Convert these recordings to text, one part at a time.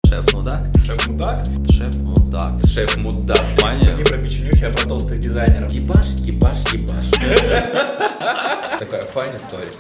Шеф-мудак? Шеф-мудак? Шеф-мудак. Шеф-мудак. Ваня. Не про печенюхи, а про толстых дизайнеров. Ебаш. Такая файн история.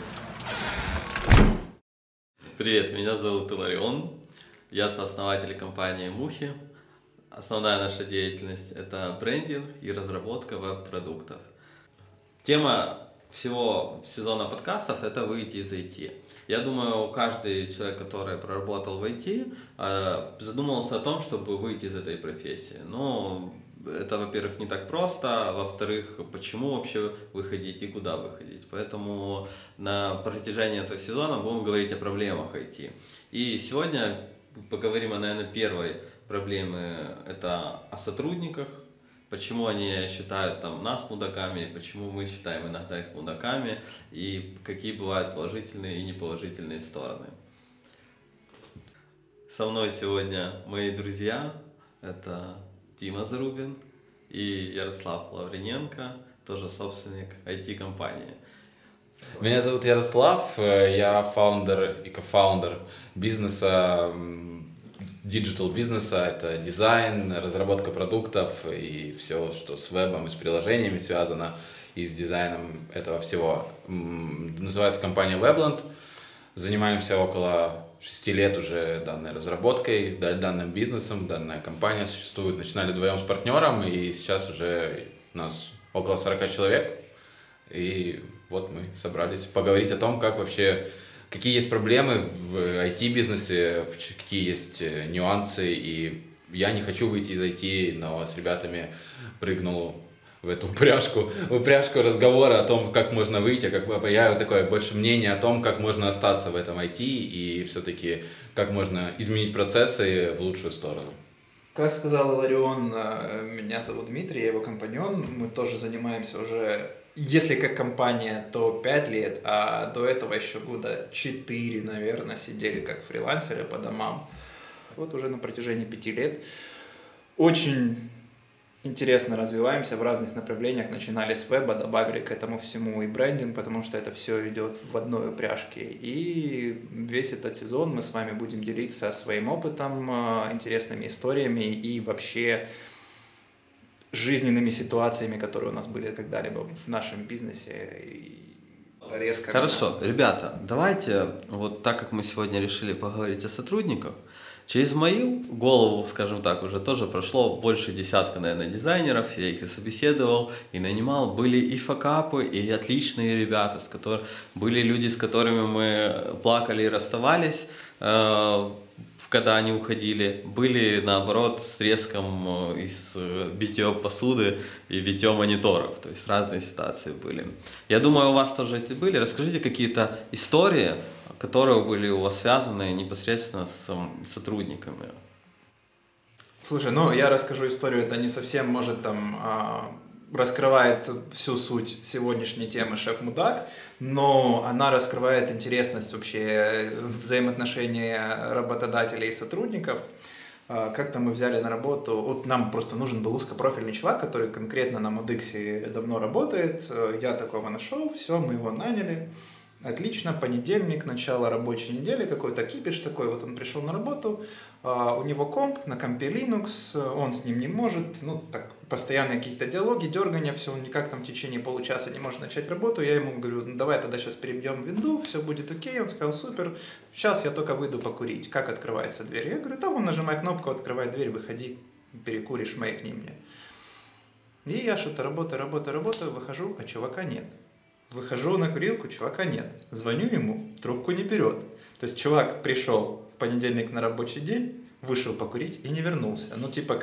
Привет, меня зовут Иларион. Я сооснователь компании Мухи. Основная наша деятельность – это брендинг и разработка веб-продуктов. Тема всего сезона подкастов – это выйти из IT. Я думаю, каждый человек, который проработал в IT, задумывался о том, чтобы выйти из этой профессии. Но это, во-первых, не так просто, во-вторых, почему вообще выходить и куда выходить. Поэтому на протяжении этого сезона будем говорить о проблемах IT. И сегодня поговорим о, наверное, первой проблеме – это о сотрудниках. Почему они считают нас мудаками, почему мы считаем иногда их мудаками, и какие бывают положительные и неположительные стороны. Со мной сегодня мои друзья, это Дима Зарубин и Ярослав Лавриненко, тоже собственник IT-компании. Меня зовут Ярослав, я фаундер и кофаундер бизнеса, диджитал-бизнеса, это дизайн, разработка продуктов и все, что с вебом и с приложениями связано, и с дизайном этого всего. Называется компания Webland. Занимаемся около 6 лет уже данной разработкой, данным бизнесом. Данная компания существует. Начинали вдвоем с партнером, и сейчас уже у нас около 40 человек. И вот мы собрались поговорить о том, как вообще... Какие есть проблемы в IT-бизнесе, какие есть нюансы, и я не хочу выйти из IT, но с ребятами прыгнул в эту упряжку разговора о том, как можно выйти, я такое больше мнение о том, как можно остаться в этом IT и все-таки как можно изменить процессы в лучшую сторону. Как сказал Иларион, меня зовут Дмитрий, я его компаньон, мы тоже занимаемся уже... Если как компания, то 5 лет, а до этого еще года 4, наверное, сидели как фрилансеры по домам. Вот уже на протяжении 5 лет. Очень интересно развиваемся в разных направлениях. Начинали с веба, добавили к этому всему и брендинг, потому что это все идет в одной упряжке. И весь этот сезон мы с вами будем делиться своим опытом, интересными историями и вообще... жизненными ситуациями, которые у нас были когда-либо в нашем бизнесе. Резко. Хорошо, ребята, давайте, вот так как мы сегодня решили поговорить о сотрудниках, через мою голову, скажем так, уже тоже прошло больше десятка, наверное, дизайнеров, я их и собеседовал, и нанимал. Были и факапы, и отличные ребята, были люди, с которыми мы плакали и расставались, когда они уходили, были, наоборот, с треском из битья посуды и битья мониторов, то есть разные ситуации были. Я думаю, у вас тоже эти были. Расскажите какие-то истории, которые были у вас связаны непосредственно с сотрудниками. Слушай, я расскажу историю, это не совсем, может, раскрывает всю суть сегодняшней темы «Шеф-мудак», но она раскрывает интересность вообще взаимоотношения работодателей и сотрудников. Как-то мы взяли на работу, вот нам просто нужен был узкопрофильный чувак, который конкретно на Модексе давно работает, я такого нашел, все, мы его наняли. Отлично, понедельник, начало рабочей недели, какой-то кипиш такой, вот он пришел на работу, у него комп, на компе Linux, он с ним не может, постоянные какие-то диалоги, дергания, все, он никак в течение получаса не может начать работу, я ему говорю, давай тогда сейчас перебьем винду, все будет окей, он сказал, супер, сейчас я только выйду покурить, как открывается дверь? Я говорю, там нажимай кнопку, открывай дверь, выходи, перекуришь, маякни мне. И я что-то работаю, выхожу, а чувака нет. Выхожу на курилку, чувака нет. Звоню ему, трубку не берет. То есть чувак пришел в понедельник на рабочий день, вышел покурить и не вернулся.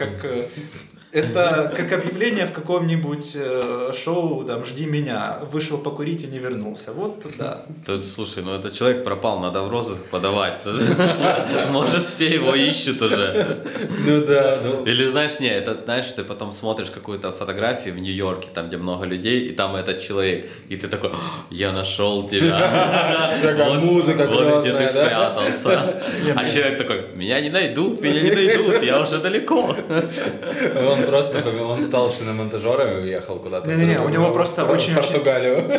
Это как объявление в каком-нибудь шоу, «Жди меня», вышел покурить и не вернулся. Вот, да. Слушай, этот человек пропал, надо в розыск подавать. Может, все его ищут уже. Или знаешь, ты потом смотришь какую-то фотографию в Нью-Йорке, там, где много людей, и там этот человек, и ты такой, я нашел тебя. Такая музыка классная, вот где ты спрятался. А человек такой, меня не найдут, я уже далеко. Он стал шиномонтажером и уехал куда-то. Не, у него просто в Португалию.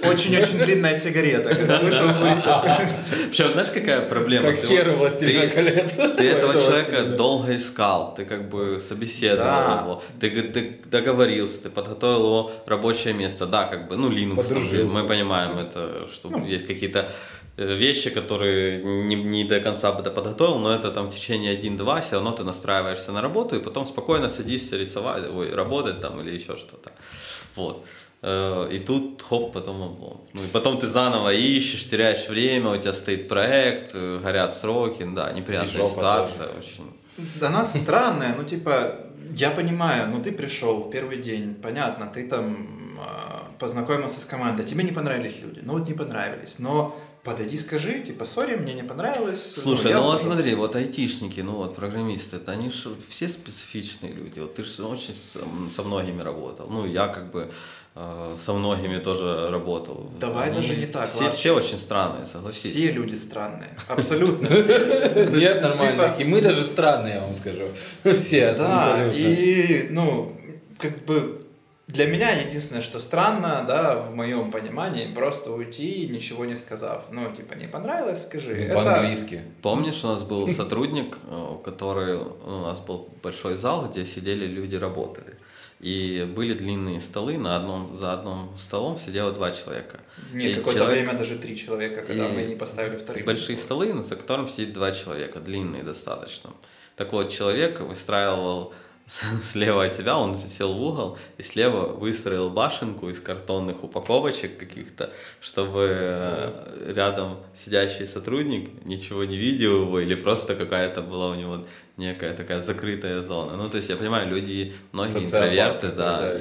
очень-очень длинная сигарета, когда вышел курить. Причем, знаешь, какая проблема? Как хер у «Властелина колец». Ты этого человека долго искал, ты как бы собеседовал его, ты договорился, ты подготовил его рабочее место. Да, как бы, ну, Linux, мы понимаем это, что есть какие-то вещи, которые не до конца бы подготовил, но это там в течение 1-2, все равно ты настраиваешься на работу и потом спокойно садишься рисовать, работать там или еще что-то. Вот. И тут хоп, потом облом. Ну и потом ты заново ищешь, теряешь время, у тебя стоит проект, горят сроки, да, неприятная ситуация очень. Она странная, ну типа, я понимаю, ну ты пришел в первый день, понятно, ты там познакомился с командой, тебе не понравились люди, ну вот не понравились, но подойди, скажи, типа, сори, мне не понравилось. Слушай, ну вот смотри, вот айтишники, ну вот программисты, это они же все специфичные люди, вот ты же очень со многими работал, ну я как бы со многими тоже работал. Давай даже не так. Все очень странные, согласись. Все люди странные, абсолютно все. Нет нормальных, и мы даже странные, я вам скажу. Все, да, и, ну, как бы для меня единственное, что странно, да, в моем понимании, просто уйти, ничего не сказав. Ну, типа, не понравилось, скажи. По-английски. Помнишь, у нас был сотрудник, который, у нас был большой зал, где сидели люди, работали. И были длинные столы, за одним столом сидело 2 человека. Нет, какое-то время даже 3 человека, когда мы не поставили вторые. Большие столы, за которым сидит 2 человека, длинные достаточно. Так вот, человек выстраивал слева от тебя, он сел в угол и слева выстроил башенку из картонных упаковочек каких-то, чтобы рядом сидящий сотрудник ничего не видел его или просто какая-то была у него некая такая закрытая зона. Ну, то есть я понимаю, люди, многие интроверты, да,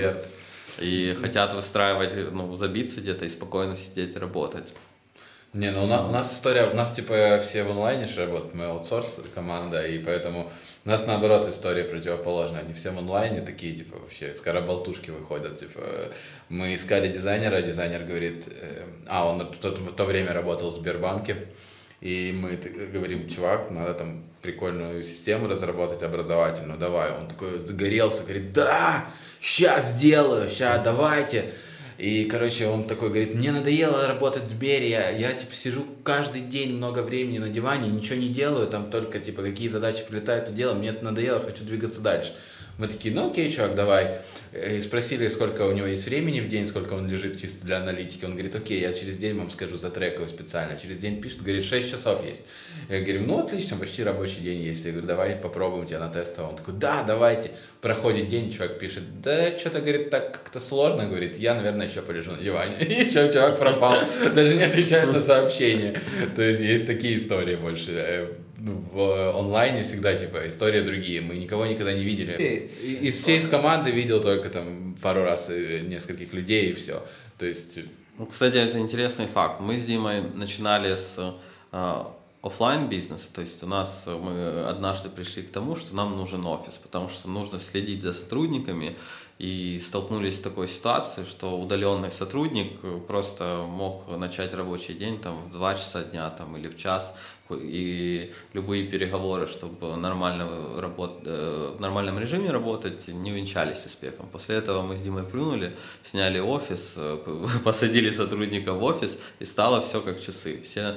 и хотят выстраивать, ну, забиться где-то и спокойно сидеть, работать. Не, ну у нас история, у нас типа все в онлайне же работают, мы аутсорс команда, и поэтому у нас наоборот история противоположная, они все в онлайне такие, типа вообще скороболтушки выходят, типа мы искали дизайнера, дизайнер говорит, он в то время работал в Сбербанке, и мы говорим, чувак, надо там прикольную систему разработать образовательную, давай, он такой загорелся, говорит, да, сейчас сделаю, сейчас давайте. И, короче, он такой говорит, мне надоело работать в Сбере, я типа сижу каждый день много времени на диване, ничего не делаю, там только типа какие задачи прилетают, то дело, мне это надоело, хочу двигаться дальше. Мы такие, ну окей, чувак, давай. И спросили, сколько у него есть времени в день, сколько он лежит чисто для аналитики. Он говорит, окей, я через день вам скажу, затрекаю специально. Через день пишет, говорит, 6 часов есть. Я говорю, ну отлично, почти рабочий день есть. Я говорю, давай попробуем тебя на тестовом. Он такой, да, давайте. Проходит день, чувак пишет, да, что-то, говорит, так как-то сложно. Говорит, я, наверное, еще полежу на диване. И чувак пропал. Даже не отвечает на сообщения. То есть есть такие истории больше. В онлайне всегда, типа, истории другие. Мы никого никогда не видели. Из всей команды видел только там пару раз нескольких людей и все. То есть... Ну, кстати, это интересный факт. Мы с Димой начинали с офлайн бизнеса, то есть мы однажды пришли к тому, что нам нужен офис, потому что нужно следить за сотрудниками, и столкнулись с такой ситуацией, что удаленный сотрудник просто мог начать рабочий день там, в 2 часа дня там, или в час, и любые переговоры, чтобы в нормальном режиме работать, не увенчались успехом. После этого мы с Димой плюнули, сняли офис, посадили сотрудника в офис, и стало все как часы. Все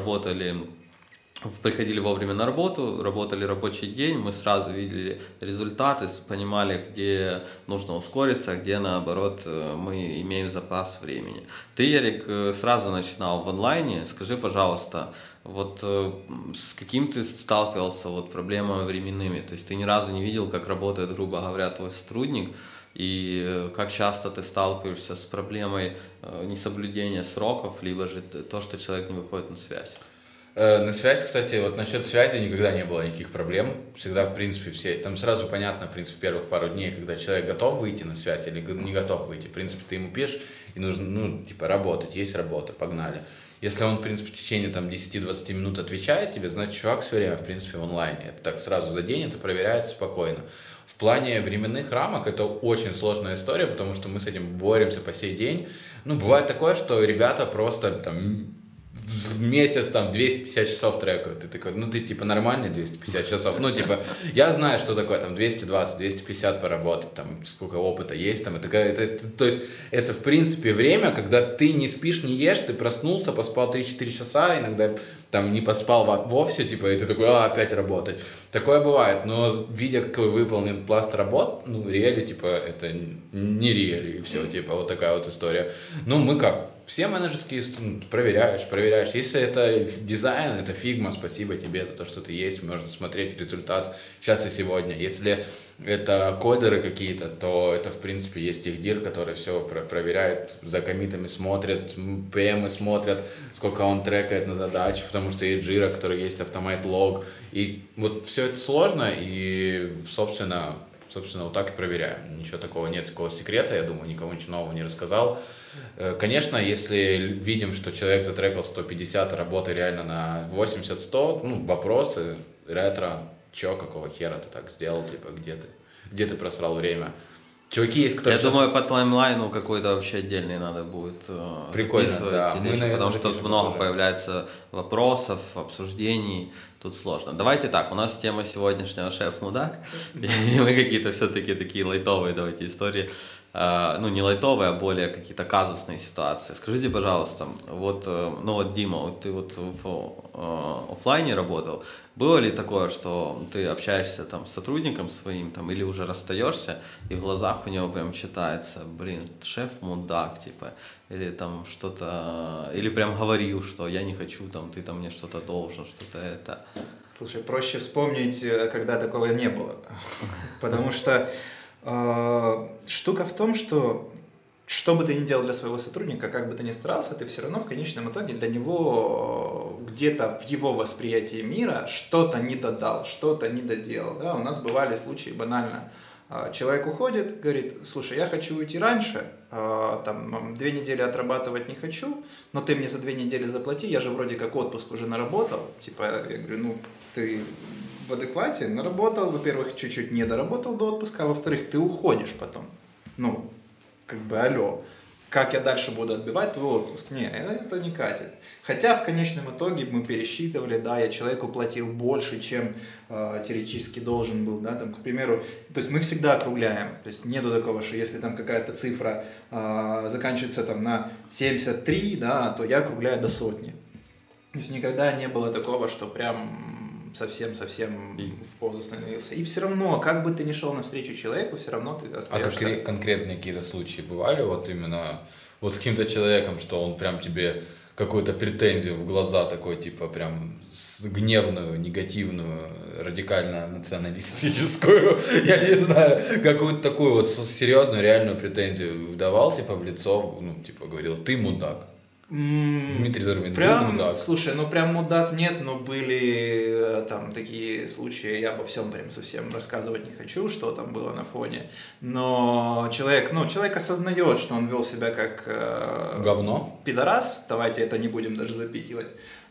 приходили вовремя на работу, работали рабочий день, мы сразу видели результаты, понимали, где нужно ускориться, где, наоборот, мы имеем запас времени. Ты, Ярик, сразу начинал в онлайне. Скажи, пожалуйста, вот с каким ты сталкивался проблемами временными? То есть ты ни разу не видел, как работает, грубо говоря, твой сотрудник, и как часто ты сталкиваешься с проблемой несоблюдения сроков, либо же то, что человек не выходит на связь? На связь, кстати, вот насчет связи никогда не было никаких проблем. Всегда, в принципе, там сразу понятно, в принципе, первых пару дней, когда человек готов выйти на связь или не готов выйти. В принципе, ты ему пишешь, и нужно, работать, есть работа, погнали. Если он, в принципе, в течение 10-20 минут отвечает тебе, значит, чувак все время, в принципе, в онлайне. Это так сразу за день, это проверяется спокойно. В плане временных рамок это очень сложная история, потому что мы с этим боремся по сей день. Бывает такое, что ребята просто в месяц там 250 часов трекают. Ты такой, ну ты типа нормальный 250 часов. Ну типа, я знаю, что такое там 220, 250 поработать, там сколько опыта есть там. То есть это в принципе время, когда ты не спишь, не ешь, ты проснулся, поспал 3-4 часа, иногда там не поспал вовсе, типа, и ты такой, опять работать. Такое бывает, но видя, какой выполнен пласт работ, ну реально, типа, это не реально, и все, типа, вот такая вот история. Ну мы как? Все менеджерские проверяешь. Если это дизайн, это фигма, спасибо тебе за то, что ты есть, можно смотреть результат сейчас и сегодня. Если это кодеры какие-то, то это, в принципе, есть техдир, который все проверяет, за коммитами смотрят, ПМы смотрят, сколько он трекает на задачу, потому что есть Jira, который есть автомат лог. И вот все это сложно, и, собственно, вот так и проверяем. Ничего такого нет, такого секрета, я думаю, никому ничего нового не рассказал. Конечно, если видим, что человек затрекал 150, работы реально на 80-100, ну, вопросы, ретро, чё, какого хера ты так сделал, типа, где ты просрал время? Чуваки есть, которые... Я думаю, по таймлайну какой-то вообще отдельный надо будет прикольно, да. Потому что тут много появляется вопросов, обсуждений, тут сложно. Давайте так, у нас тема сегодняшнего шеф-мудак, и мы какие-то все-таки такие лайтовые, давайте, истории. Ну, не лайтовые, а более какие-то казусные ситуации. Скажите, пожалуйста, вот, ну вот, Дима, вот ты вот в офлайне работал, было ли такое, что ты общаешься там с сотрудником своим, там, или уже расстаешься, и в глазах у него прям читается, блин, шеф мудак, типа, или там что-то, или прям говорил, что я не хочу, там, ты там мне что-то должен, что-то это. Слушай, проще вспомнить, когда такого не было, потому что штука в том, что бы ты ни делал для своего сотрудника, как бы ты ни старался, ты все равно в конечном итоге для него где-то в его восприятии мира что-то не додал, что-то не доделал. Да? У нас бывали случаи банально. Человек уходит, говорит, слушай, я хочу уйти раньше, там 2 недели отрабатывать не хочу, но ты мне за 2 недели заплати, я же вроде как отпуск уже наработал. Типа, я говорю, ну ты... в адеквате, наработал, во-первых, чуть-чуть не доработал до отпуска, а во-вторых, ты уходишь потом. Ну, как бы, алло, как я дальше буду отбивать твой отпуск? Не, это не катит. Хотя в конечном итоге мы пересчитывали, да, я человеку платил больше, чем теоретически должен был, да, там, к примеру, то есть мы всегда округляем, то есть нету такого, что если там какая-то цифра заканчивается там на 73, да, то я округляю до 100. То есть никогда не было такого, что прям совсем в позу становился. И все равно, как бы ты ни шел навстречу человеку, все равно ты остаешься... А конкретные какие-то случаи бывали вот именно вот с каким-то человеком, что он прям тебе какую-то претензию в глаза такой, типа прям гневную, негативную, радикально националистическую, я не знаю, какую-то такую вот серьезную, реальную претензию давал, типа в лицо, ну, типа говорил, ты мудак. Дмитрий Зарубин, прям, мудак. Слушай, ну прям мудак нет, но были там такие случаи, я обо всем прям совсем рассказывать не хочу, что там было на фоне, но человек осознает, что он вел себя как говно, пидорас, давайте это не будем даже запикивать,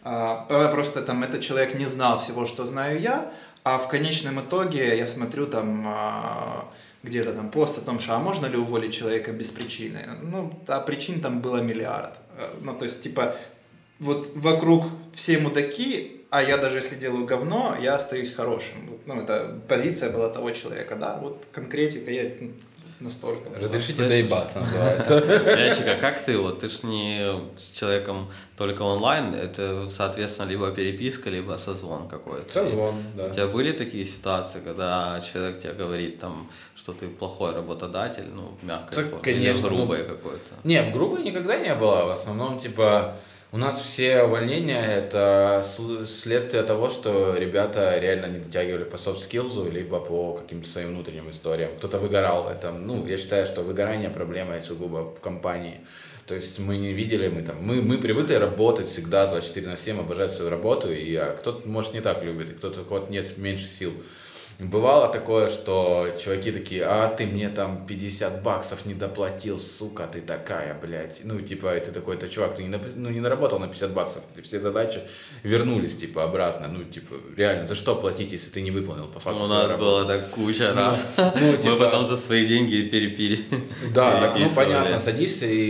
просто там этот человек не знал всего, что знаю я, а в конечном итоге я смотрю там... где-то там пост о том, что а можно ли уволить человека без причины? Ну, а причин там было миллиард. Ну, то есть, типа, вот вокруг все мудаки, а я даже если делаю говно, я остаюсь хорошим. Вот, ну, это позиция была того человека, да, вот конкретика я настолько... Разрешите доебаться, называется. Ячик, а как ты? Вот ты ж не с человеком только онлайн, это, соответственно, либо переписка, либо созвон какой-то. Созвон, да. У тебя были такие ситуации, когда человек тебе говорит, там, что ты плохой работодатель, ну, мягко, или грубое какое-то? Нет, грубое никогда не было. В основном, типа, у нас все увольнения — это следствие того, что ребята реально не дотягивали по софт-скиллзу, либо по каким-то своим внутренним историям. Кто-то выгорал. Это, ну, я считаю, что выгорание — проблема сугубо в компании. То есть мы не видели, мы привыкли работать всегда 24/7, обожать свою работу, и кто-то, может, не так любит, и кто-то, у кого-то нет меньше сил. Бывало такое, что чуваки такие, а ты мне там $50 не доплатил, сука, ты такая, блядь. Ну, типа, и ты такой, это чувак, ты не наработал на $50, ты все задачи вернулись, типа, обратно. Ну, типа, реально, за что платить, если ты не выполнил по факту? У нас было так куча раз. Мы потом за свои деньги перепили. Да, так, ну, понятно, садишься и там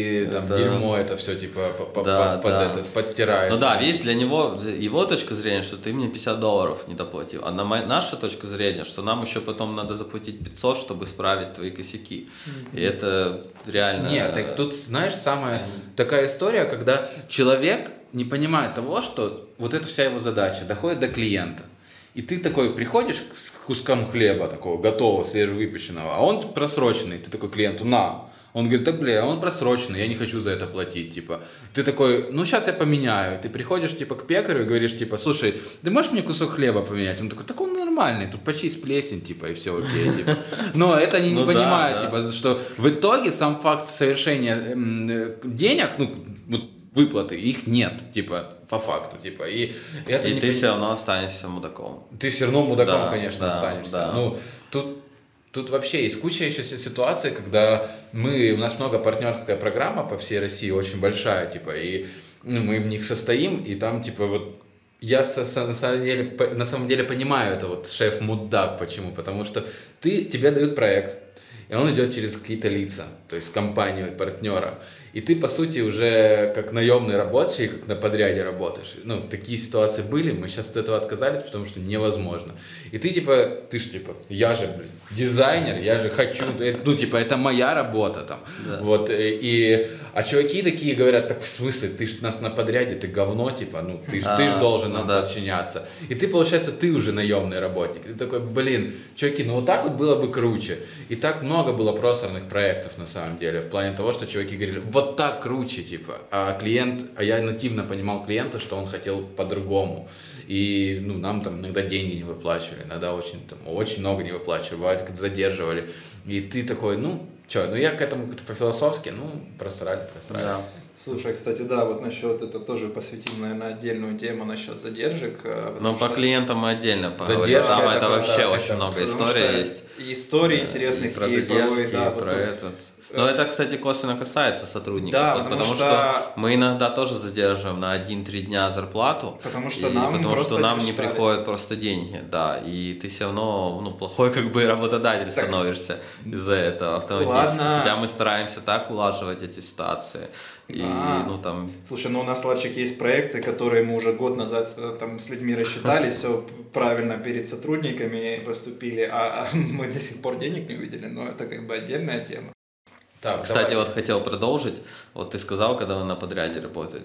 дерьмо это все типа подтираешь. Ну да, видишь, для него, его точка зрения, что ты мне $50 не доплатил, а наша точка зрения, что нам еще потом надо заплатить 500, чтобы исправить твои косяки. И это реально... Нет, так тут, знаешь, самая такая история, когда человек не понимает того, что вот эта вся его задача доходит до клиента. И ты такой приходишь с куском хлеба такого, готового, свежевыпеченного, а он просроченный, ты такой клиенту, на. Он говорит, так, бля, он просроченный, я не хочу за это платить, типа. Ты такой, ну, сейчас я поменяю. Ты приходишь, типа, к пекарю и говоришь, типа, слушай, ты можешь мне кусок хлеба поменять? Он такой, так он нормальный, тут почисть плесень, типа, и все окей, типа. Но это они не понимают, типа, что в итоге сам факт совершения денег, ну, выплаты, их нет, типа, по факту, типа, и это ты все равно останешься мудаком. Ты все равно мудаком, конечно, останешься. Да. Ну, тут вообще есть куча еще ситуаций, когда у нас много партнерская программа по всей России, очень большая, типа, и мы в них состоим, и там, типа, вот, я на самом деле понимаю это вот шеф-мудак, почему, потому что тебе дают проект, и он идет через какие-то лица, то есть компанию, партнера. И ты, по сути, уже как наемный рабочий, как на подряде работаешь. Ну, такие ситуации были, мы сейчас от этого отказались, потому что невозможно. И ты, я же, блин, дизайнер, я же хочу, ну, типа, это моя работа там. Да. Вот, а чуваки такие говорят, так в смысле, ты ж нас на подряде, ты говно, типа, ну, ты ж должен нам подчиняться. И ты, получается, ты уже наемный работник. И ты такой, блин, чуваки, ну, вот так вот было бы круче. И так много было просранных проектов, на самом деле, в плане того, что чуваки говорили, вот так круче, типа, а я нативно понимал клиента, что он хотел по-другому, и, ну, нам там иногда деньги не выплачивали, иногда очень много не выплачивали, бывает, как-то задерживали, и ты такой, я к этому как-то по-философски, просрали. Да. Слушай, кстати, да, вот насчет, это тоже посвятим, наверное, отдельную тему насчет задержек. Но по клиентам мы отдельно поговорим, там это вообще очень много историй есть. И историй интересных, и про задержки, и про этот... Но это, кстати, косвенно касается сотрудников, да, потому что мы иногда тоже задерживаем на 1-3 дня зарплату, потому что нам не приходят просто деньги, да, и ты все равно, плохой как бы работодатель становишься из-за этого автоматически. Ладно. Хотя мы стараемся так улаживать эти ситуации. И, Слушай, у нас, Ларчик, есть проекты, которые мы уже год назад там с людьми рассчитали, все правильно перед сотрудниками поступили, а мы до сих пор денег не увидели, но это как бы отдельная тема. Так, кстати, давай. Хотел продолжить. Вот ты сказал, когда вы на подряде работаете.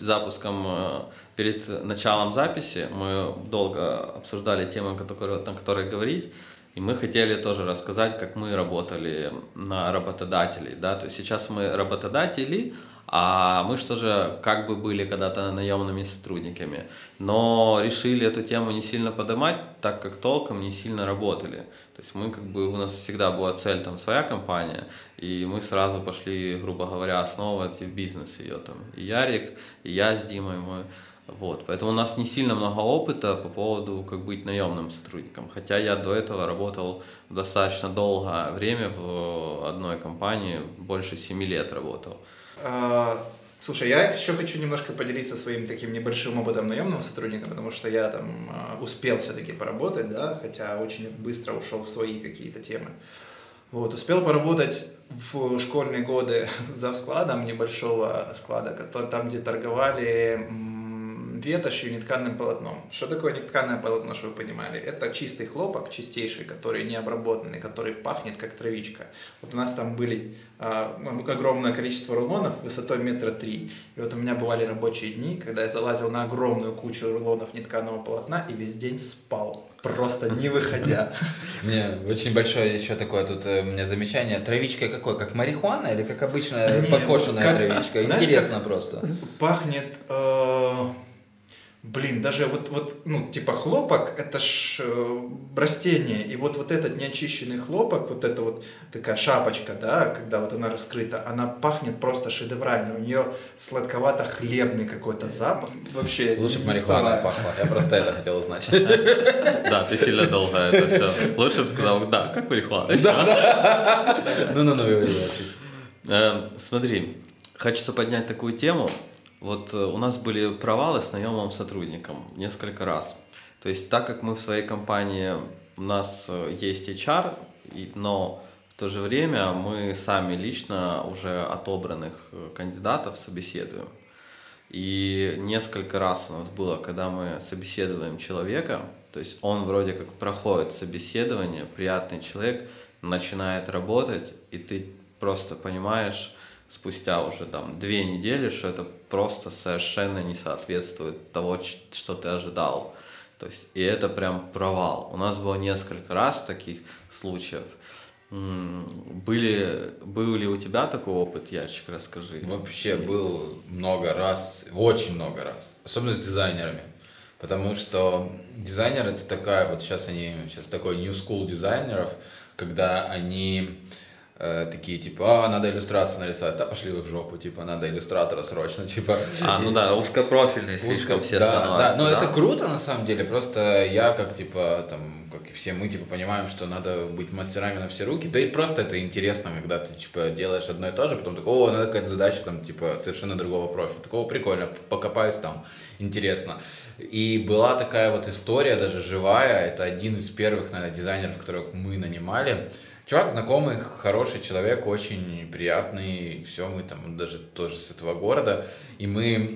Перед началом записи мы долго обсуждали темы, на которые говорить, и мы хотели тоже рассказать, как мы работали на работодателей. Да? То есть сейчас мы работодатели, а мы что же как бы были когда-то наемными сотрудниками, но решили эту тему не сильно поднимать, так как толком не сильно работали. То есть мы у нас всегда была цель там своя компания, и мы сразу пошли, грубо говоря, основывать в бизнес ее там. И Ярик, и я с Димой, вот. Поэтому у нас не сильно много опыта по поводу, как быть наемным сотрудником. Хотя я до этого работал достаточно долгое время в одной компании, больше 7 лет работал. Слушай, я еще хочу немножко поделиться своим таким небольшим опытом наемного сотрудника, потому что я там успел все-таки поработать, да, хотя очень быстро ушел в свои какие-то темы. Вот, успел поработать в школьные годы завскладом небольшого склада, там, где торговали ветошью и нетканным полотном. Что такое нетканое полотно, чтобы вы понимали? Это чистый хлопок, чистейший, который не обработанный, который пахнет как травичка. Вот у нас там были огромное количество рулонов высотой 3 метра. И вот у меня бывали рабочие дни, когда я залазил на огромную кучу рулонов нетканого полотна и весь день спал, просто не выходя. Мне очень большое еще такое тут у меня замечание. Травичка какой? Как марихуана или как обычная покошенная травичка? Интересно просто. Пахнет... даже типа хлопок, это ж растение, и вот этот неочищенный хлопок, вот эта вот такая шапочка, да, когда вот она раскрыта, она пахнет просто шедеврально, у нее сладковато-хлебный какой-то запах. Вообще лучше бы марихуана пахла, я просто это хотел узнать. Да, ты сильно долго это все. Лучше бы сказал, да, как марихуана. Смотри, хочется поднять такую тему. Вот у нас были провалы с наемным сотрудником несколько раз. То есть, так как мы в своей компании, у нас есть HR, но В то же время мы сами лично уже отобранных кандидатов собеседуем. И несколько раз у нас было, когда мы собеседуем человека, то есть он вроде как проходит собеседование, приятный человек, начинает работать, и ты просто понимаешь спустя уже там 2 недели, что это просто совершенно не соответствует того, что ты ожидал. То есть, и это прям провал. У нас было несколько раз таких случаев. Был ли у тебя такой опыт, Ярчик, расскажи. Вообще был много раз, очень много раз, особенно с дизайнерами, потому что дизайнер это такая, вот сейчас такой new school дизайнеров, когда они такие, типа, надо иллюстрацию нарисовать, да пошли вы в жопу, типа, надо иллюстратора срочно, типа. Ну да, узкопрофильный слишком все становятся. Да, но это круто на самом деле, просто я как, типа, там, как и все мы, типа, понимаем, что надо быть мастерами на все руки, да и просто это интересно, когда ты, типа, делаешь одно и то же, потом такой, надо какая-то задача, там, типа, совершенно другого профиля, такого прикольно, покопаюсь там, интересно. И была такая вот история, даже живая, это один из первых, наверное, дизайнеров, которых мы нанимали. Чувак знакомый, хороший человек, очень приятный, все, мы там даже тоже с этого города, и мы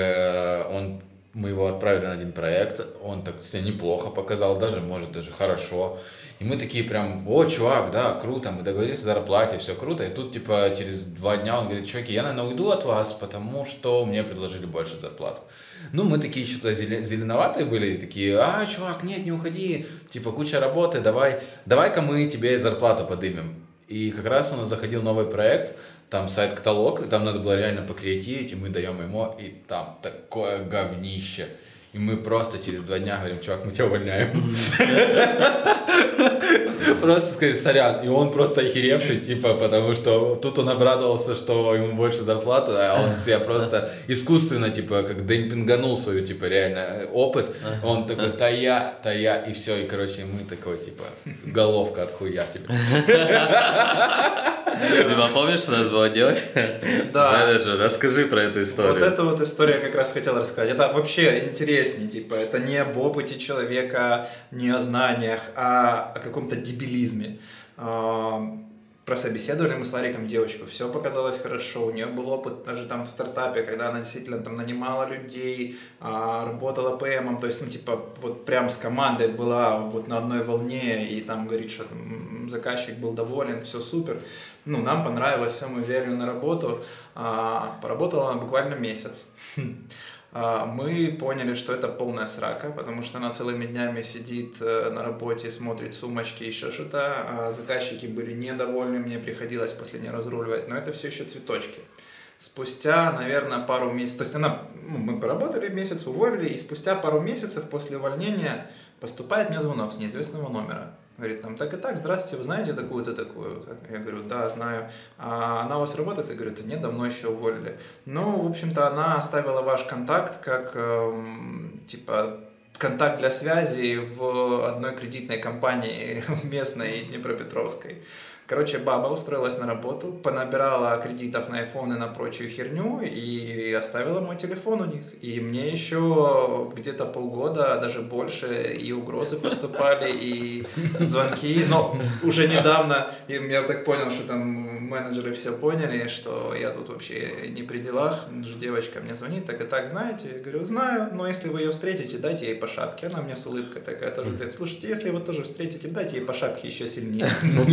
его отправили на один проект, он так себя неплохо показал, даже, может, даже хорошо, и мы такие прям, чувак, да, круто, мы договорились о зарплате, все круто, и тут, типа, через 2 дня он говорит, чуваки, я, наверное, уйду от вас, потому что мне предложили больше зарплату. Ну, мы такие что-то зеленоватые были, такие, чувак, нет, не уходи, типа, куча работы, давай-ка мы тебе зарплату подымем. И как раз у нас заходил новый проект, там сайт-каталог, и там надо было реально покреативить, и мы даем ему, и там такое говнище. И мы просто через 2 дня говорим, чувак, мы тебя увольняем. Просто сказали, сорян. И он просто охеревший, типа, потому что тут он обрадовался, что ему больше зарплаты, а он себя просто искусственно, типа, как демпинганул свою, типа, реально опыт. Он такой, та я, и все. И, короче, мы такой, типа, головка от хуя тебе. Дима, помнишь, у нас была девочка? Да. Менеджер, расскажи про эту историю. Вот эту вот историю я как раз хотел рассказать. Это вообще интереснее, типа, это не об опыте человека, не о знаниях, а о каком-то дебилизме. Прособеседовали мы с Лариком девочку, все показалось хорошо, у нее был опыт даже там в стартапе, когда она действительно там нанимала людей, работала ПМом, то есть, ну, типа, вот прям с командой была вот на одной волне, и там говорит, что заказчик был доволен, все супер. Ну, нам понравилось, все, мы взяли ее на работу, поработала она буквально месяц. Мы поняли, что это полная срака, потому что она целыми днями сидит на работе, смотрит сумочки, еще что-то. Заказчики были недовольны, мне приходилось после нее разруливать, но это все еще цветочки. Спустя, наверное, пару месяцев, то есть мы поработали месяц, уволили, и спустя пару месяцев после увольнения поступает мне звонок с неизвестного номера. Говорит, там, так и так, здравствуйте, вы знаете такую-то такую? Я говорю, да, знаю. А она у вас работает? Я говорю, да нет, давно еще уволили. Ну, в общем-то, она оставила ваш контакт как, типа, контакт для связи в одной кредитной компании местной Днепропетровской. Короче, баба устроилась на работу, понабирала кредитов на iPhone и на прочую херню и оставила мой телефон у них. И мне еще где-то полгода, даже больше, и угрозы поступали, и звонки. Но уже недавно я так понял, что там менеджеры все поняли, что я тут вообще не при делах. Девочка мне звонит, так и так, знаете? Я говорю, знаю, но если вы ее встретите, дайте ей по шапке. Она мне с улыбкой такая тоже говорит, слушайте, если вы тоже встретите, дайте ей по шапке еще сильнее.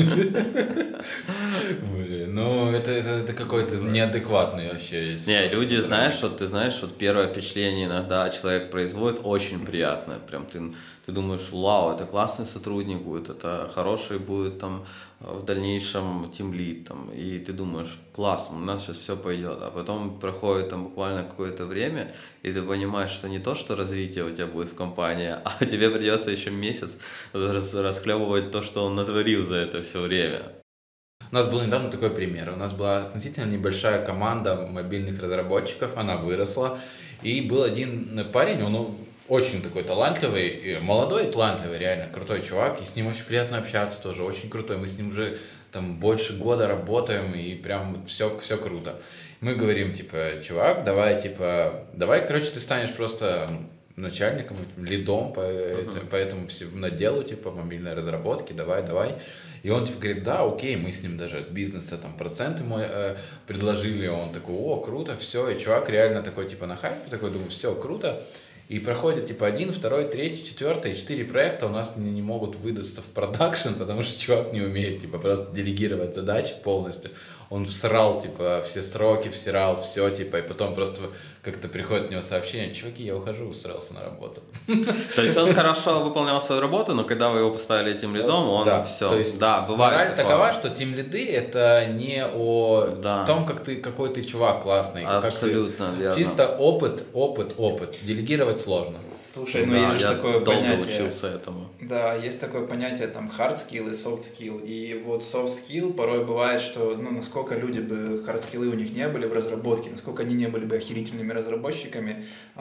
Блин, ну это какой-то неадекватный вообще. Не, люди, знаешь, вот ты знаешь, вот первое впечатление иногда человек производит очень приятное. Прям ты думаешь, вау, это классный сотрудник будет, это хороший будет там в дальнейшем тимлид там, и ты думаешь, класс, у нас сейчас все пойдет, а потом проходит там буквально какое-то время, и ты понимаешь, что не то, что развитие у тебя будет в компании, а тебе придется еще месяц расхлебывать то, что он натворил за это все время. У нас был недавно такой пример. У нас была относительно небольшая команда мобильных разработчиков, она выросла, и был один парень, он очень такой талантливый, молодой и талантливый, реально крутой чувак, и с ним очень приятно общаться тоже, очень крутой. Мы с ним уже там больше года работаем, и прям все круто. Мы говорим, типа, чувак, давай, короче, ты станешь просто начальником, этим лидом по этому всему отделу, типа, мобильной разработки, давай. И он, типа, говорит, да, окей, мы с ним даже от бизнеса там проценты предложили, он такой, о, круто, все, и чувак реально такой, типа, на хайпе, такой, думаю, все, круто. И проходит, типа, 1, 2, 3, 4, 4 проекта у нас не могут выдаться в продакшн, потому что чувак не умеет, типа, просто делегировать задачи полностью. Он всрал, типа, все сроки, всирал, все, типа, и потом просто как-то приходит от него сообщение, чуваки, я ухожу, всрался на работу. То есть он хорошо выполнял свою работу, но когда вы его поставили тим лидом, он все. То есть бывает мораль такова, что тим лиды это не о том, какой ты чувак классный. Абсолютно верно. Чисто опыт. Делегировать сложно. Слушай, есть же такое понятие. Учился этому. Да, есть такое понятие там hard skill и soft skill. И вот soft skill порой бывает, что насколько люди бы hard skill'ы у них не были в разработке, насколько они не были бы охерительными разработчиками,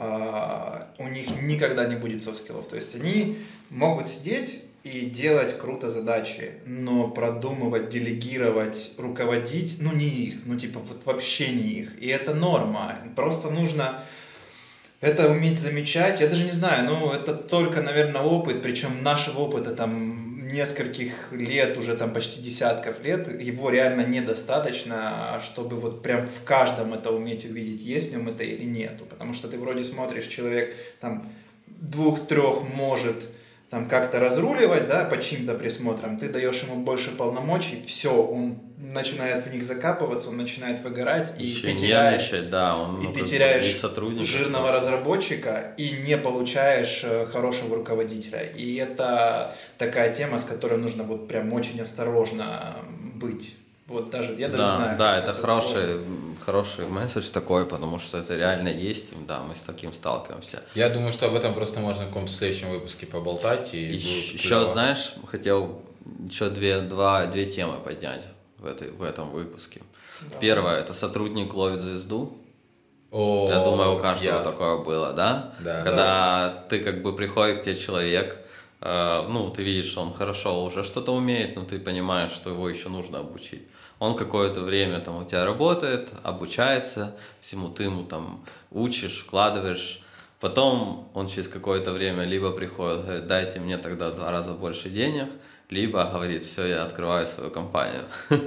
у них никогда не будет soft skill'ов. То есть они могут сидеть и делать круто задачи, но продумывать, делегировать, руководить, не их, вот вообще не их. И это норма. Просто нужно это уметь замечать. Я даже не знаю, это только, наверное, опыт, причем нашего опыта там нескольких лет, уже там почти десятков лет, его реально недостаточно, чтобы вот прям в каждом это уметь увидеть, есть в нем это или нету. Потому что ты вроде смотришь, человек там 2-3 может там как-то разруливать, да, под чьим-то присмотром, ты даешь ему больше полномочий, все, он начинает в них закапываться, он начинает выгорать, и ты теряешь, ты теряешь жирного разработчика и не получаешь хорошего руководителя. И это такая тема, с которой нужно вот прям очень осторожно быть. Вот даже, я даже не знаю. Да, это хороший месседж такой, потому что это реально есть, да, мы с таким сталкиваемся. Я думаю, что об этом просто можно в каком-то следующем выпуске поболтать. Еще, знаешь, хотел еще две темы поднять в этом выпуске. Да. Первое, это сотрудник ловит звезду. Я думаю, у каждого такое было, да? Да. Когда ты как бы приходит к тебе человек, ты видишь, что он хорошо уже что-то умеет, но ты понимаешь, что его еще нужно обучить. Он какое-то время там у тебя работает, обучается, всему ты ему там учишь, вкладываешь. Потом он через какое-то время либо приходит, говорит, дайте мне тогда 2 раза больше денег, либо говорит, все, я открываю свою компанию.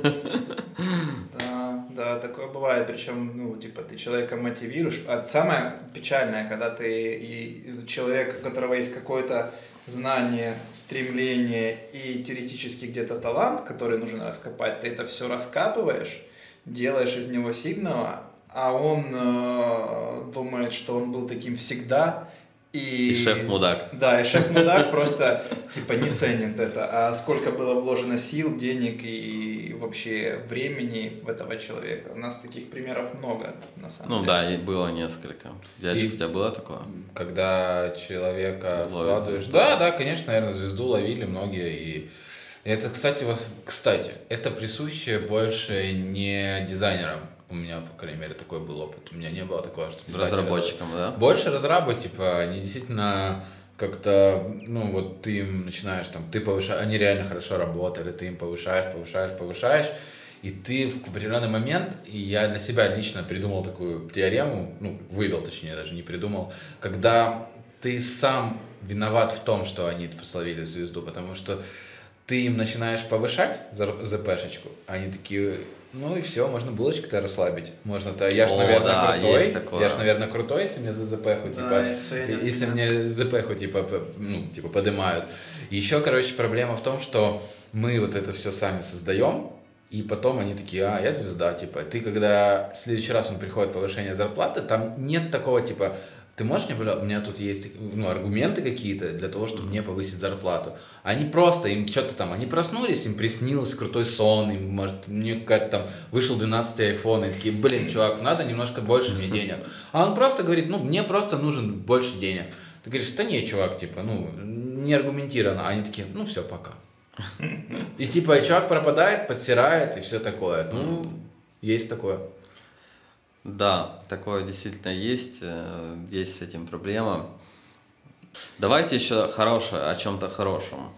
Да, такое бывает, причем, ты человека мотивируешь. А самое печальное, когда человек, у которого есть какое-то знание, стремление и теоретически где-то талант, который нужно раскопать, ты это все раскапываешь, делаешь из него сильного, а он думает, что он был таким всегда. И шеф-мудак. Да, и шеф-мудак просто не ценит это. А сколько было вложено сил, денег и вообще времени в этого человека. У нас таких примеров много, на самом деле. Да, и было несколько. У тебя было такое? Когда человека вкладываешь... Да, конечно, наверное, звезду ловили многие. И это, кстати, это присуще больше не дизайнерам. У меня, по крайней мере, такой был опыт. У меня не было такого, что... Разработчикам, да? Больше разработчиков, они действительно как-то, ты им начинаешь, ты повышаешь, они реально хорошо работали, ты им повышаешь, и ты в определенный момент, и я для себя лично придумал такую теорему, вывел, точнее, даже не придумал, когда ты сам виноват в том, что они словили звезду, потому что ты им начинаешь повышать ЗПшечку, они такие... и все, можно булочку-то расслабить. Можно-то, я ж, наверное, крутой, если мне за ЗПху, если мне ЗПху, поднимают. Еще, проблема в том, что мы вот это все сами создаем, и потом они такие, я звезда, ты, когда в следующий раз он приходит повышение зарплаты, там нет такого, ты можешь мне, пожалуйста, у меня тут есть аргументы какие-то для того, чтобы мне повысить зарплату. Они просто, им что-то там, они проснулись, им приснился крутой сон, им, может, мне какая-то вышел 12-й iPhone, и такие, чувак, надо немножко больше мне денег. А он просто говорит, мне просто нужен больше денег. Ты говоришь, да не, чувак, не аргументированно. А они такие, все, пока. И чувак пропадает, подсирает и все такое. Есть такое. Да, такое действительно есть с этим проблема. Давайте еще о чем-то хорошем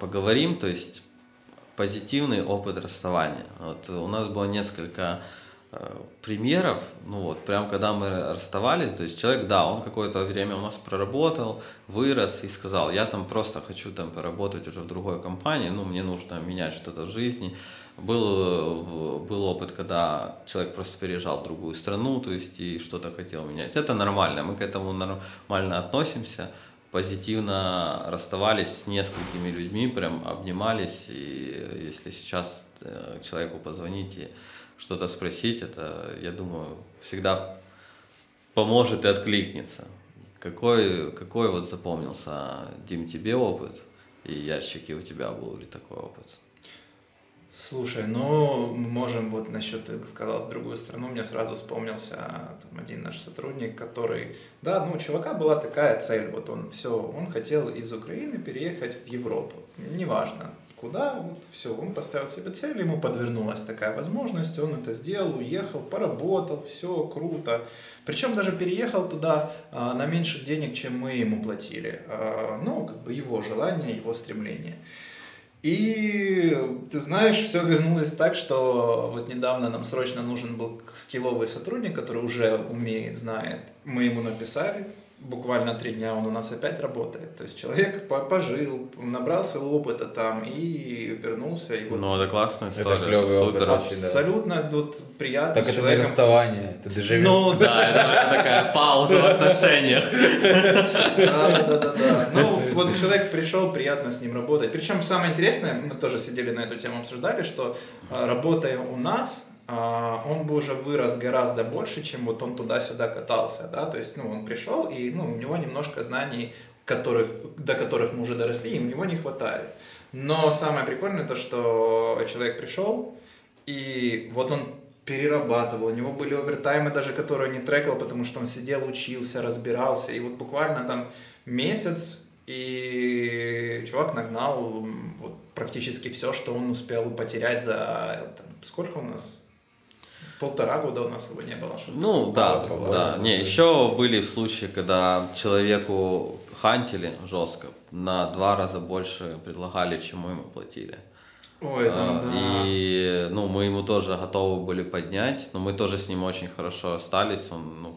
поговорим, то есть позитивный опыт расставания. Вот у нас было несколько примеров, ну вот, прям когда мы расставались, то есть человек, да, он какое-то время у нас проработал, вырос и сказал, я там просто хочу там поработать уже в другой компании, ну, мне нужно менять что-то в жизни. Был опыт, когда человек просто переезжал в другую страну, то есть и что-то хотел менять. Это нормально, мы к этому нормально относимся, позитивно расставались с несколькими людьми, прям обнимались, и если сейчас человеку позвонить и что-то спросить, это, я думаю, всегда поможет и откликнется. Какой вот запомнился, Дим, тебе опыт? И, Ярчик, и у тебя был ли такой опыт? Слушай, ну, мы можем вот насчет, ты сказал, в другую страну, мне сразу вспомнился там один наш сотрудник, который, да, ну, у чувака была такая цель, вот он хотел из Украины переехать в Европу, неважно куда, вот все, он поставил себе цель, ему подвернулась такая возможность, он это сделал, уехал, поработал, все круто, причем даже переехал туда на меньше денег, чем мы ему платили, ну, как бы его желание, его стремление. И, ты знаешь, все вернулось так, что вот недавно нам срочно нужен был скилловый сотрудник, который уже умеет, знает. Мы ему написали, буквально 3 дня он у нас опять работает. То есть человек пожил, набрался опыта там и вернулся. И вот ну, это классная история, это клевый опыт. Абсолютно вот приятно. Так это человеком... не расставание, это дежавю. Ну да, это такая пауза в отношениях. Да. Ну, вот человек пришел, приятно с ним работать. Причем самое интересное, мы тоже сидели на эту тему, обсуждали, что работая у нас, он бы уже вырос гораздо больше, чем вот он туда-сюда катался, да, то есть, ну, он пришел, и, ну, у него немножко знаний, до которых мы уже доросли, и у него не хватает. Но самое прикольное то, что человек пришел, и вот он перерабатывал, у него были овертаймы даже, которые он не трекал, потому что он сидел, учился, разбирался, и вот буквально там месяц, и чувак нагнал вот практически все, что он успел потерять за, там, сколько у нас? 1,5 года у нас его не было. Ну да. Не, еще были случаи, когда человеку хантили жестко, на 2 раза больше предлагали, чем мы ему платили. Ой, да. И, ну, мы ему тоже готовы были поднять, но мы тоже с ним очень хорошо остались.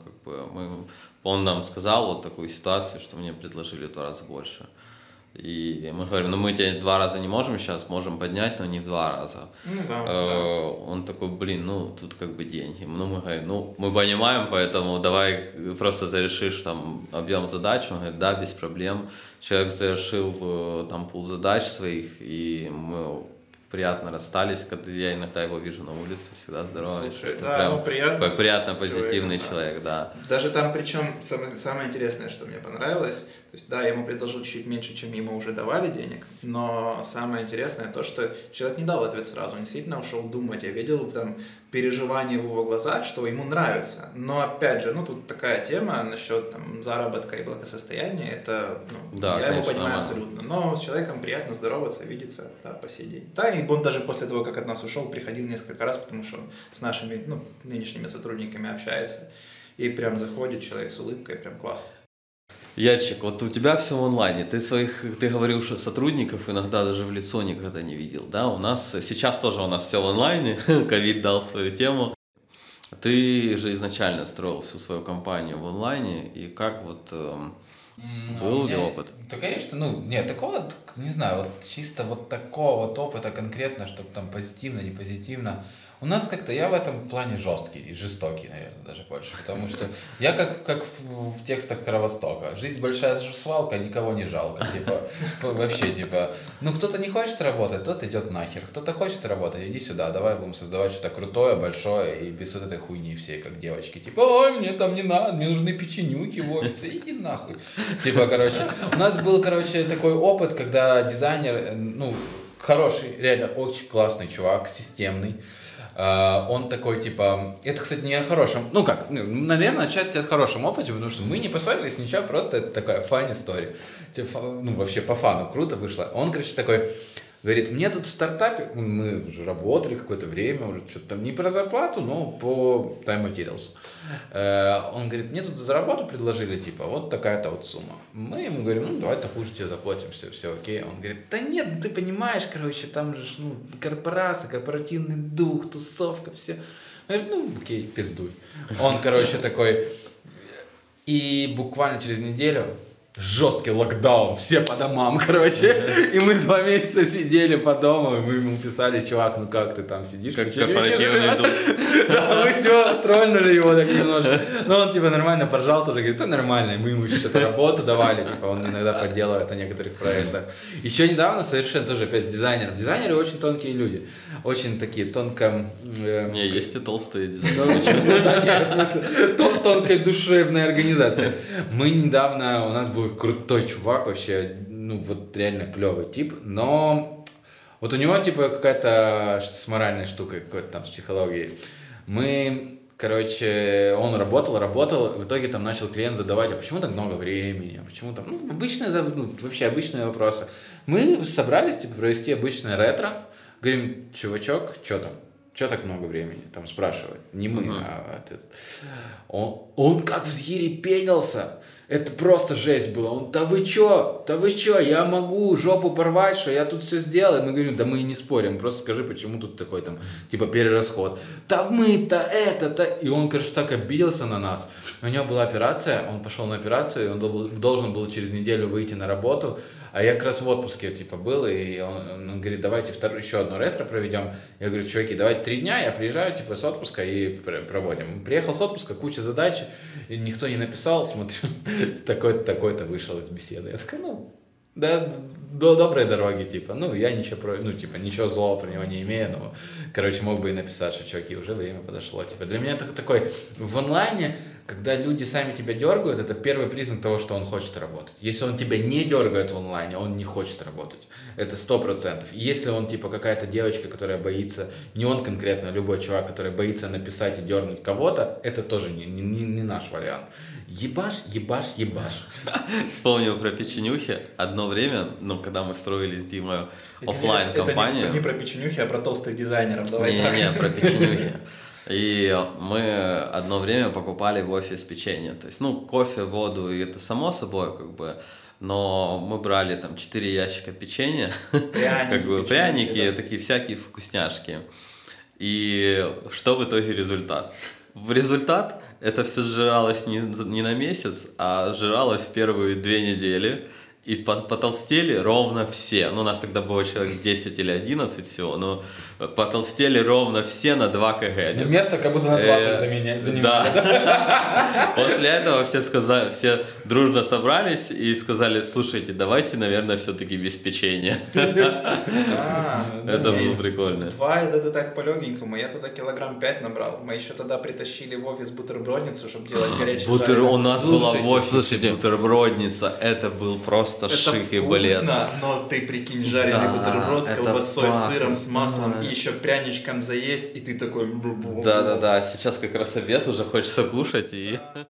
Он нам сказал вот такую ситуацию, что мне предложили в 2 раза больше. И мы говорим, ну мы тебе 2 раза не можем сейчас, можем поднять, но не в 2 раза. Ну, да. Он такой, блин, ну тут как бы деньги. Ну мы говорим, ну мы понимаем, поэтому давай просто зарешишь там объем задач. Он говорит, да, без проблем. Человек завершил там пул задач своих, и мы приятно расстались, когда я иногда его вижу на улице, всегда здороваюсь. Слушай, это да, прям ну, приятно позитивный человек, да. Даже там, причем, самое интересное, что мне понравилось, то есть, да, я ему предложил чуть меньше, чем ему уже давали денег, но самое интересное то, что человек не дал ответ сразу, он действительно ушел думать, я видел там переживания в его глазах, что ему нравится, но опять же, ну, тут такая тема насчет там заработка и благосостояния, это, ну, да, я конечно, его понимаю нормально. Абсолютно, но с человеком приятно здороваться, видеться, да, по сей день. Да, и он даже после того, как от нас ушел, приходил несколько раз, потому что с нашими, ну, нынешними сотрудниками общается, и прям заходит человек с улыбкой, прям класс. Ячик, вот у тебя все в онлайне. Ты говорил, что сотрудников иногда даже в лицо никогда не видел, да? У нас сейчас тоже все в онлайне. Ковид дал свою тему. Ты же изначально строил всю свою компанию в онлайне, и как вот был ли опыт? Да, конечно, ну, нет, такого, не знаю, вот чисто вот такого вот опыта конкретно, чтобы там позитивно, не позитивно. У нас как-то, я в этом плане жесткий и жестокий, наверное, даже больше, потому что я как в текстах Кровостока. Жизнь большая свалка, никого не жалко, типа, вообще, типа, ну, кто-то не хочет работать, тот идет нахер, кто-то хочет работать, иди сюда, давай будем создавать что-то крутое, большое и без вот этой хуйни всей, как девочки, типа, ой, мне там не надо, мне нужны печенюхи в офисе, иди нахуй. Типа, короче, у нас был, короче, такой опыт, когда дизайнер, ну, хороший, реально очень классный чувак, системный. Он такой, типа, это, кстати, не о хорошем, ну как, наверное, отчасти о хорошем опыте, потому что мы не поссорились, ничего, просто это такая фан история, типа, ну, вообще по фану круто вышло. Он, короче, такой, Говорит, мне тут в стартапе, мы уже работали какое-то время, уже что-то там не про зарплату, но по time materials. Он говорит, мне тут за работу предложили, типа, вот такая-то вот сумма. Мы ему говорим, ну, давай такую же тебе заплатим, все окей. Он говорит, да нет, ну, ты понимаешь, короче, там же, ну, корпорация, корпоративный дух, тусовка, все. Он говорит, ну, окей, пиздуй. Он, короче, такой, и буквально через неделю жесткий локдаун, все по домам, короче. И мы 2 месяца сидели по дому, и мы ему писали, чувак, ну как ты там сидишь? Как корпоративный дух. Да, мы все троллили его так немножко. Но он типа нормально поржал тоже, говорит, да нормально. И мы ему еще что-то работу давали, типа он иногда подделывает на некоторых проектах. Еще недавно совершенно тоже опять с дизайнером. Дизайнеры очень тонкие люди, очень такие тонко... Не, есть и толстые дизайнеры. Да, в смысле, тонкой душевной организации. Мы недавно, у нас был крутой чувак вообще, ну вот реально клевый тип, но вот у него типа какая-то с моральной штукой, какой-то там с психологией. Мы, короче, он работал, в итоге там начал клиент задавать, а почему так много времени, а почему там, ну, обычные, ну, вообще обычные вопросы. Мы собрались, типа, провести обычное ретро, говорим, чувачок, что там? Че так много времени? Там спрашивает. Не мы, а этот. Он как взъерепенился. Это просто жесть была. Он, да вы чё, я могу жопу порвать, что я тут все сделал. И мы говорим, да мы и не спорим, просто скажи, почему тут такой там, типа, перерасход. Да мы-то это-то. И он, короче, так обиделся на нас. У него была операция, он пошел на операцию, и он должен был через неделю выйти на работу. А я как раз в отпуске, типа, был, и он говорит, давайте еще одно ретро проведем. Я говорю, чуваки, давайте 3 дня, я приезжаю, типа, с отпуска и проводим. Приехал с отпуска, куча задач, и никто не написал, смотрю, такой-то вышел из беседы. Я такой, ну, да, доброй дороги, типа, ну, я ничего злого про него не имею, но, короче, мог бы и написать, что, чуваки, уже время подошло, типа, для меня это такой, в онлайне, когда люди сами тебя дергают, это первый признак того, что он хочет работать. Если он тебя не дергает в онлайне, он не хочет работать. Это 100%. Если он типа какая-то девочка, которая боится, не он конкретно, а любой чувак, который боится написать и дернуть кого-то, это тоже не наш вариант. Ебаш. Вспомнил про печенюхи. Одно время, ну, когда мы строили с Димой офлайн-компанию... Это не про печенюхи, а про толстых дизайнеров. Давай Не, про печенюхи. И мы одно время покупали в офис печенье. То есть, ну, кофе, воду, и это само собой, как бы. Но мы брали там 4 ящика печенья, пряники, да. Такие всякие вкусняшки. И что в итоге результат? В результат это все сжиралось не на месяц, а сжиралось в первые 2 недели. И потолстели ровно все. Ну, у нас тогда было человек 10 или 11 всего, но потолстели ровно все на 2 кг. Место как будто на 20 занимали. Да. После этого все дружно собрались и сказали, слушайте, давайте, наверное, все-таки без печенья. Это было прикольно. 2 это ты так по-легенькому. Я тогда килограмм 5 набрал. Мы еще тогда притащили в офис бутербродницу, чтобы делать горячий жареный. У нас была в офисе бутербродница. Это был просто шик и балет. Это вкусно, но ты прикинь, жареный бутерброд с колбасой, с сыром, с маслом и еще пряничком заесть, и ты такой... Да, сейчас как раз обед уже хочется кушать и...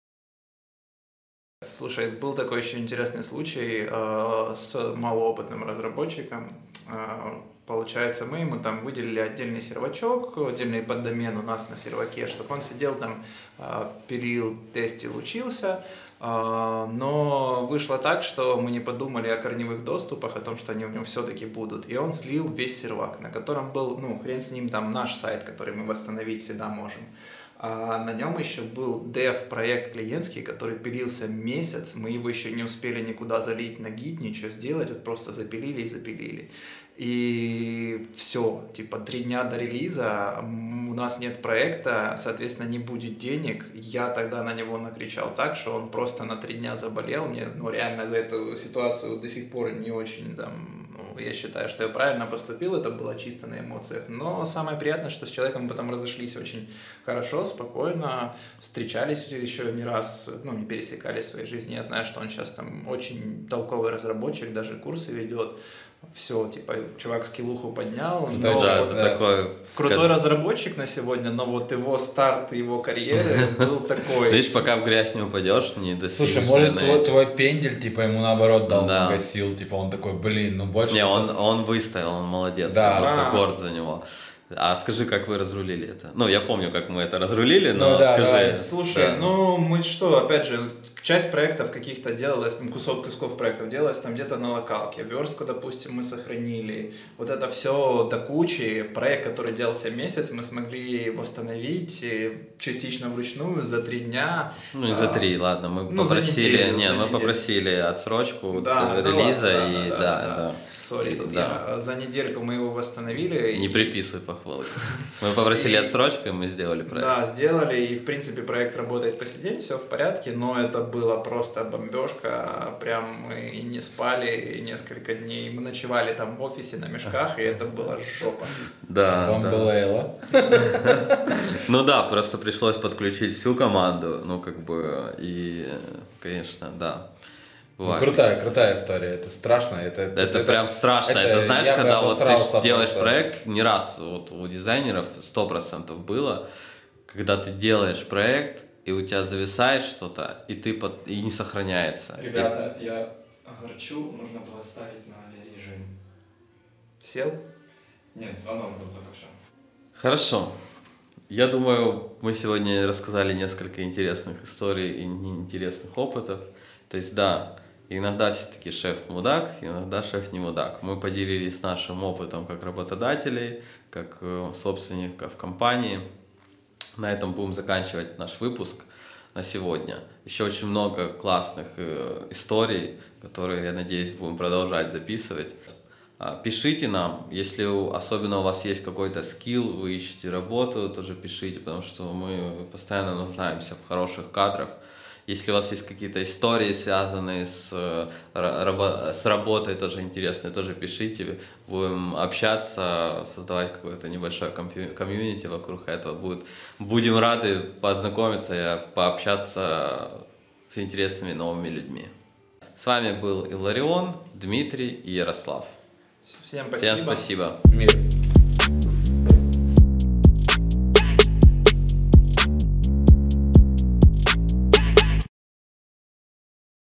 Слушай, был такой еще интересный случай с малоопытным разработчиком. Получается, мы ему там выделили отдельный сервачок, отдельный поддомен у нас на серваке, чтобы он сидел там, пилил, тестил, учился. Но вышло так, что мы не подумали о корневых доступах, о том, что они у него все-таки будут. И он слил весь сервак, на котором был, ну, хрен с ним, там наш сайт, который мы восстановить всегда можем. А на нем еще был dev-проект клиентский, который пилился месяц. Мы его еще не успели никуда залить на гид, ничего сделать, вот просто запилили и запилили. И все, типа 3 дня до релиза, у нас нет проекта, соответственно, не будет денег. Я тогда на него накричал так, что он просто на 3 дня заболел. Мне, ну, реально за эту ситуацию до сих пор не очень там... Я считаю, что я правильно поступил, это было чисто на эмоциях. Но самое приятное, что с человеком мы потом разошлись очень хорошо, спокойно, встречались еще не раз, ну, не пересекались в своей жизни. Я знаю, что он сейчас там очень толковый разработчик, даже курсы ведет. все, типа, чувак скиллуху поднял. Крутой но- Да, чувак, это да. такой... Крутой разработчик на сегодня, но вот его старт, его карьеры был такой. Видишь, пока в грязь не упадешь, не достигнешь. Слушай, может наверное, твой пендель, типа, ему наоборот дал Да. много сил, типа, он такой, блин, ну больше... Не, это- он выстоял, он молодец, Да. я просто А. горд за него. А скажи, как вы разрулили это? Ну, я помню, как мы это разрулили, но Ну да, скажи. давай. Слушай, Да. ну мы что, опять же, часть проектов каких-то делалась, там кусков проектов делалось там где-то на локалке. Верстку, допустим, мы сохранили. Вот это все до кучи. Проект, который делался месяц, мы смогли восстановить частично вручную за 3 дня. Ну, не за 3, ладно, мы ну, за попросили, неделю, нет, за мы неделю. попросили отсрочку Да, да релиза, ладно, и да. Сори, тут да. я за недельку мы его восстановили. Не и- приписывай похвалы. Мы попросили И- отсрочку, и мы сделали проект. Да, сделали, и в принципе проект работает по сей день, все в порядке, но это было просто бомбежка, прям мы и не спали несколько дней, мы ночевали там в офисе на мешках, и это была жопа. Да, Бомба да. Лейла. Ну да, просто пришлось подключить всю команду, ну как бы, и, конечно, да. Ну, Бывает крутая, такие крутая история. Это страшно. Это прям страшно. Это знаешь, я бы когда вот обосрался ты делаешь просто. проект, не раз вот у дизайнеров 100% было, когда ты делаешь проект, и у тебя зависает что-то, и и не сохраняется. Ребята, я огорчу, нужно было ставить на авиарежим. Сел? Нет, звонок был только что. Хорошо. Я думаю, мы сегодня рассказали несколько интересных историй и неинтересных опытов. То есть, да, иногда все-таки шеф мудак, иногда шеф не мудак. Мы поделились нашим опытом как работодателей, как собственников компании. На этом будем заканчивать наш выпуск на сегодня. Еще очень много классных историй, которые, я надеюсь, будем продолжать записывать. Пишите нам, если особенно у вас есть какой-то скилл, вы ищете работу, тоже пишите, потому что мы постоянно нуждаемся в хороших кадрах. Если у вас есть какие-то истории, связанные с работой, тоже интересные, тоже пишите. Будем общаться, создавать какое-то небольшое комьюнити вокруг этого. Будем рады познакомиться и пообщаться с интересными новыми людьми. С вами был Илларион, Дмитрий и Ярослав. Всем спасибо. Всем спасибо. Мир.